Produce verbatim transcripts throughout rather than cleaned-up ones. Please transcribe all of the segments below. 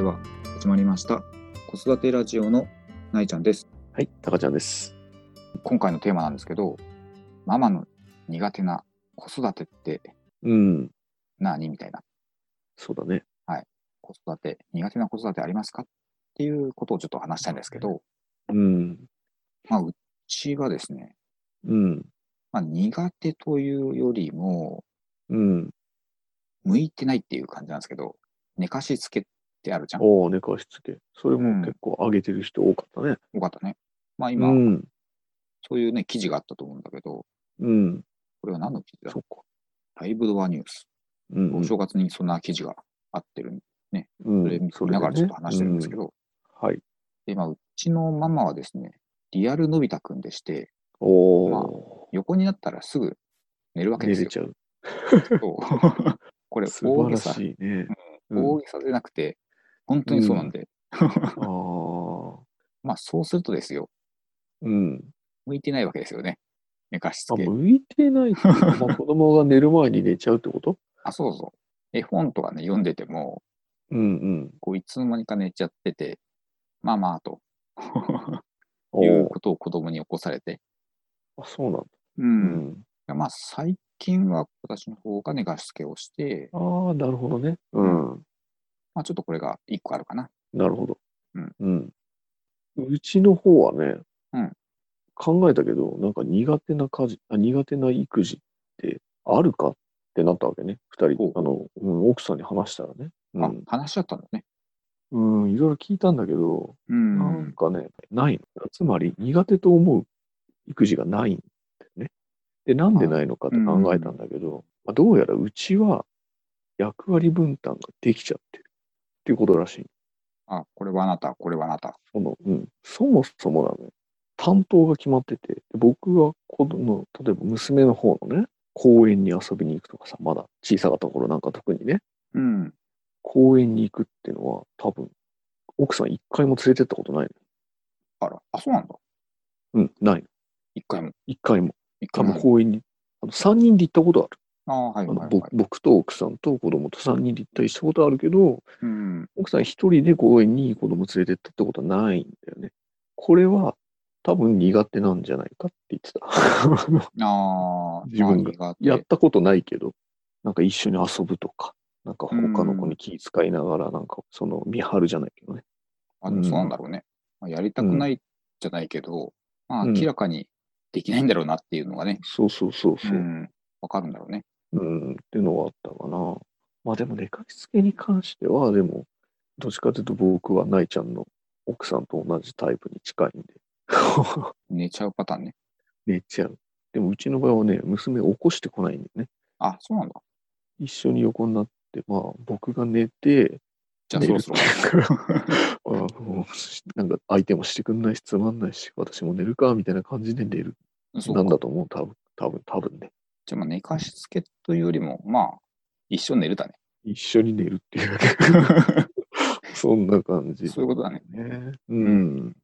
は始まりました。子育てラジオのないちゃんです。 はい、たかちゃんです。 今回のテーマなんですけど、ママの苦手な子育てってうん、 何みたいな。 そうだね。 はい。子育て、苦手な子育てありますかっていうことをちょっと話したいんですけど、 うん、 まあ、うちはですね、 うん、 まあ、苦手というよりも、 うん。 向いてないっていう感じなんですけど、寝かしつけってあるじゃん。 おー、寝かしつけ。それうん。 も結構上げてる人多かったね。 よかったね。まあ今、 うん、 そういうね、記事があったと思うんだけど、 うん、 これは何の記事だ？ そっか。 ライブドアニュース。 うん、うん、 お正月にそんな記事があってるんね。それうん、そ見ながれでね。 らちょっと話しうん、 てるんですけど、 はい。 で、まあ、うちのママはですね、リアルのび太くんでして、まあ、 おー、 横になったらすぐ寝るわけですよ。 寝れちゃう。 そう。これ素晴ら大げさ、 しいね。 うん、 うん、 大げさでなくて、本当にそうなんうん、 で。 あー、 まあ、そうするとですよ、 うん。 向いてないわけですよね。寝かしつあ、 け。 向いてないっていうか、まあ子供が寝る前に寝ちゃうってこと？ あ、そうそう。絵本とかね、読んでても、 うん、うん。 こういつの間にか寝ちゃってて、まあまあというおー、 ことを子供に起こされて、 あ、そうなんだ。 うん。いうん。 やまあ、最近は私の方が寝かしつけをして、 ああ、なるほどね。ううん。 ん。 まあ、ちょっとこれが一個あるかな。 なるほど。 うん。 うん。うちの方はね、 うん。 考えたけど、なんか苦手な家事、あ、苦手な育児ってあるかってなったわけね。二人、 ほうほう。 あの、うん、奥さんに話したらね。うあ、 ん。 話し合ったんだね。 うん、いろいろ聞いたんだけど、 うなんん。 かね、ないの。つまり、苦手と思う育児がないんだよね。で、なんであ、 ないのかっうて考えたんん。 だけど、まあ、どうやらうちは役割分担ができちゃってるっていうことらしい。 あ、これはあなた、これはあなた。 その、うん、そもそもなのよ。担当が決まってて、僕は子供、例えば娘の方のね、公園に遊びに行くとかさ、まだ小さかった頃なんか特にね、 うん。 公園に行くっていうのは多分、奥さん一回も連れてったことないあら、あ、そうなんだ。 の。うん、ないの。 一回も。 一回も。多一回もないの。 分公園に、あの、三人で行ったことある。 ああ、はいあの、ぼはいはい。 僕と奥さんと子供と三人で行ったりしたことあるけど、 うん。 奥さん一人で公園に子供連れてったってことはないんだよね。これは多分苦手なんじゃないかって言ってた。 ああ、まあ自分が。 苦手。 やったことないけど、なんか一緒に遊ぶとか、なんかう他の子ん。 に気遣いながら、なんかその見張るじゃないけどね。 あ、でもそうなんうん、 だろうね。まあ、やりたうん、 くないじゃないけど、まあ明うん。 らかにできないんだろうなっていうのがね、 そうそうそうそうん、わかるんだろうね。 う。うん、っていうのはあったかな。まあでも寝かしつけに関しては、でも、どっちかというと僕は舞ちゃんの奥さんと同じタイプに近いんで。 寝ちゃうパターンね。 寝ちゃう。でもうちの場合はね、娘起こしてこないんだよね。 あ、そうなんだ。 一緒に横になって、まあ僕が寝て、寝るっじゃあそろそろ。 ていうかあもうなんか相手もしてくんないし、つまんないし、私も寝るか、みたいな感じで寝る。 そうか。 なんだと思う、多分、多分、多分ね。 じゃあまあ寝かしつけというよりも、まあ、一緒に寝るだね。 一緒に寝るっていうだけ。そんな感じだそういうことだね。 ね。ううん。 ん。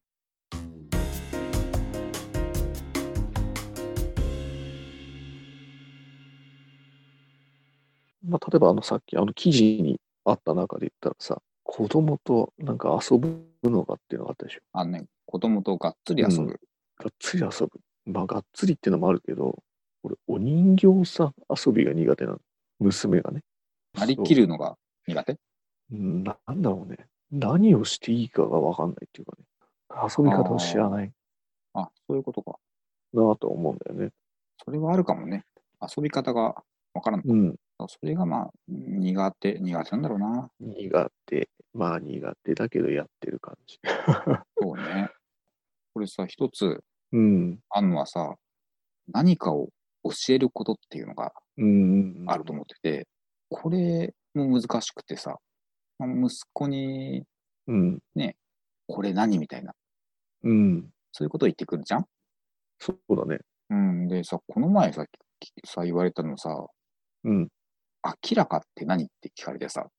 まあ、例えばあのさっきあの記事にあった中で言ったらさ、子供となんか遊ぶのがっていうのがあったでしょ。 あのね、子供とがっつりうん。 遊ぶ。 がっつり遊ぶ。まあ、がっつりっていうのもあるけど、俺、お人形さん遊びが苦手なの。娘がね。 なりきそるのが苦手。 う。うんな、なんだろうね。何をしていいかがわかんないっていうかね。遊び方を知らあないあ、あ、そういうことか。 なと思うんだよね。 それはあるかもね。遊び方がわからんと。 うん。 それがまあ、苦手、苦手なんだろうな。 苦手。まあ苦手だけどやってる感じ。 そうね。これさ、一つうん。 あるのはさ、何かを教えることっていうのがうんうんあると思ってて、これも難しくてさ、まあ息子にうん。うん。 ね、これ何みたいな、 うん。 そういうことを言ってくるじゃん。 そうだね。 うん。でさ、この前さ、きさ、言われたのさ、 うん。 明らかって何って聞かれてさ、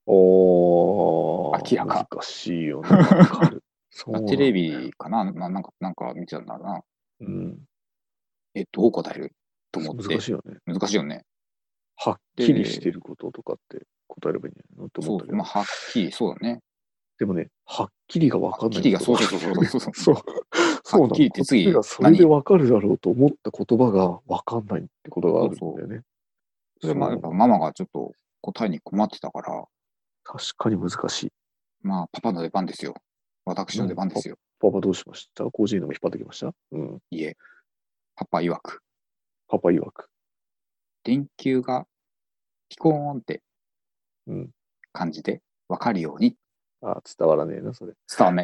おー、 明らか。 難しいよね。わかる。 あ、 そうテレなんだよ。 ビかなな、なんか、なんか見てたんだな。 うん。 え、どう答えると思って。 難しいよね。 難しいよね。 はっきりしてで、 ることとかって答えればいいんじゃないのって思っそうそう、まあ、 たけど。 はっきり、そうだね。 でもね、はっきりが分かんないはっきりが、 言葉そうそうそうそうそうそう。そうなの。 はっきりってこっち次がそれで何分かるだろうと思った言葉が分かんないってことがあるんだよね。 それまあやっぱそうママがちょっと答えに困ってたから、 確かに難しい。 まあパパの出番ですよ。私の出番ですよ。 パパどうしました？ ごじゅう のも引っ張ってきました？うん。 いえ、パパ曰く、 パパ曰く。 電球がピコーンってうん。 感じで分かるように。 あ、伝わらねえな、それ。 伝わんない。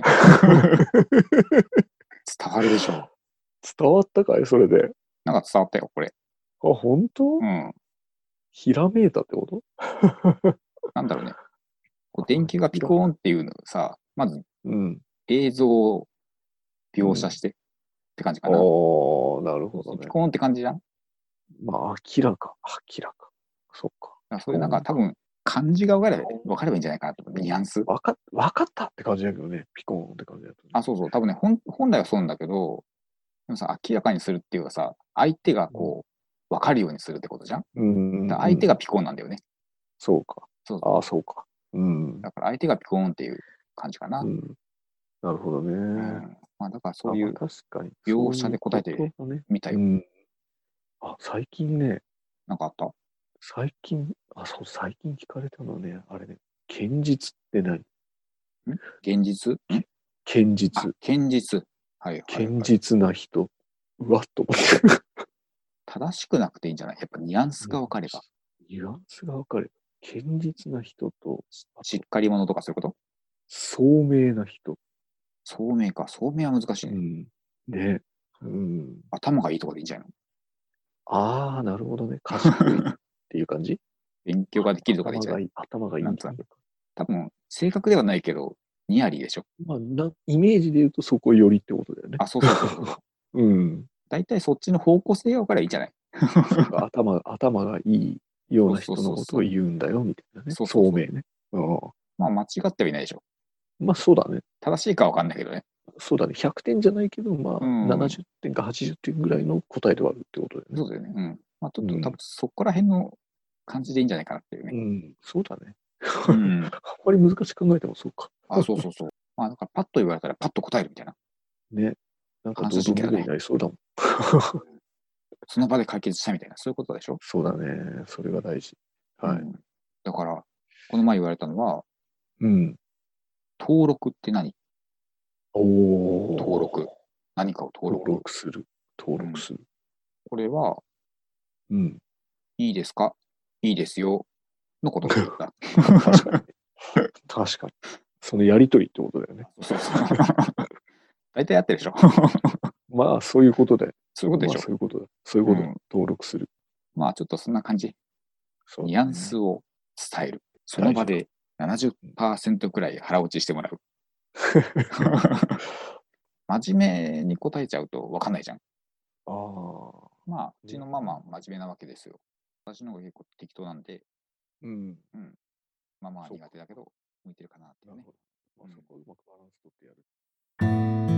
伝わるでしょ伝わったかいそれで。 なんか伝わったよ、これ。 あ、本当？ うん。 ひらめいたってこと？ なんだろうね。こう電球がピコーンっていうのさ、まずうん。 映像を描写してって感じかな。 ああ、なるほどね。 ピコーンって感じじゃん。 まあ、明らか、明らか。そっか。 だからそれなんか多分漢字が分かれば分かればいいんじゃないかなと思って、ニュアンス。 わか、わかったって感じだけどね。ピコーンって感じだとね。 あ、そうそう。多分ね、本本来はそうなんだけど、でもさ、明らかにするっていうかさ、相手がこう、分かるようにするってことじゃん。 うんうんうん。 だから相手がピコーンなんだよね。 そうか。 そうそう。 ああ、そうか。うん。 だから相手がピコーンっていう感じかな。 うん。なるほどね。 うん。まあだからそあ、まあういう確かに。 描写そういうこで答えてとがね。 みたよ。 うん。あ、最近ね、 なんかあった最近、あ、そう、最近聞かれたのはね、あれね、堅実って何？ ん現実んあ、 堅実。 堅実。はいはいはい。 堅実な人。うわっと思って。 正しくなくていいんじゃない？やっぱニュアンスが分かれば。 ニュアンスが分かれば。堅実な人と、あしっと、 かり者とかそういうこと？ 聡明な人。 聡明か。聡明は難しいね。 うん。ね。うん。 頭がいいとかでいいんじゃないの？ ああ、なるほどね。賢いっていう感じ？ 勉強ができるとかでいいんじゃない？ 頭がいい、頭がいいなんつうの？ っていうか。 多分、正確ではないけど、ニアリーでしょ。 まあ、な、イメージで言うとそこ寄りってことだよね。 あ、そうそうそうそう。 うん。 大体そっちの方向性が分かればいいんじゃない？ そうか、頭、頭がいいような人のことを言うんだよ、みたいなね。 そうそうそう。 聡明ね。うん。 まあ間違ってはいないでしょ。 まあ、そうだね。 正しいかは分かんないけどね。 そうだね。ひゃくてんじゃないけど、まあ、 うん。 ななじゅってんかはちじゅってんぐらいの答えではあるってことだよね。 そうだよね。うん。まあちょっと多分うん。 そこら辺の感じでいいんじゃないかなっていうね。 うん、そうだね。 うん。 あんまり難しく考えてもそうか。 あ、そうそうそう。まあなんかパッと言われたらパッと答えるみたいな。 ね。なんか反ドドメグに射神経だね。 なりそうだもん。 その場で解決したみたいな。そういうことでしょ。 そうだね。それが大事。はい。 うん。だから、この前言われたのは、 うん。 登録って何？ お登録。 お。 何かを登登録。 録する。登録する。 これは、 うん。 いいですか？いいですよ。のことって言った。 確かに。確かに。そのやりとりってことだよね。 そうそう。大体やってるでしょ。 まあ、そういうことだよ。まあ、 そういうことでしょ。 そういうことだ。そういうことだ。 うん。 登録する。 まあちょっとそんな感じ。 そうニュアンだね。 スを伝える。その場でななじゅっパーセントくらい腹落ちしてもらう。真面目に答えちゃうと分かんないじゃん。 ああ。 まあ、うちのママは真面目なわけですよ。私の方が結構適当なんで、 うん。 うん。ママはそうか。 苦手だけど、向いてるかなっていうね。 なるほど。まあ、そこはうまくバランス取ってやる。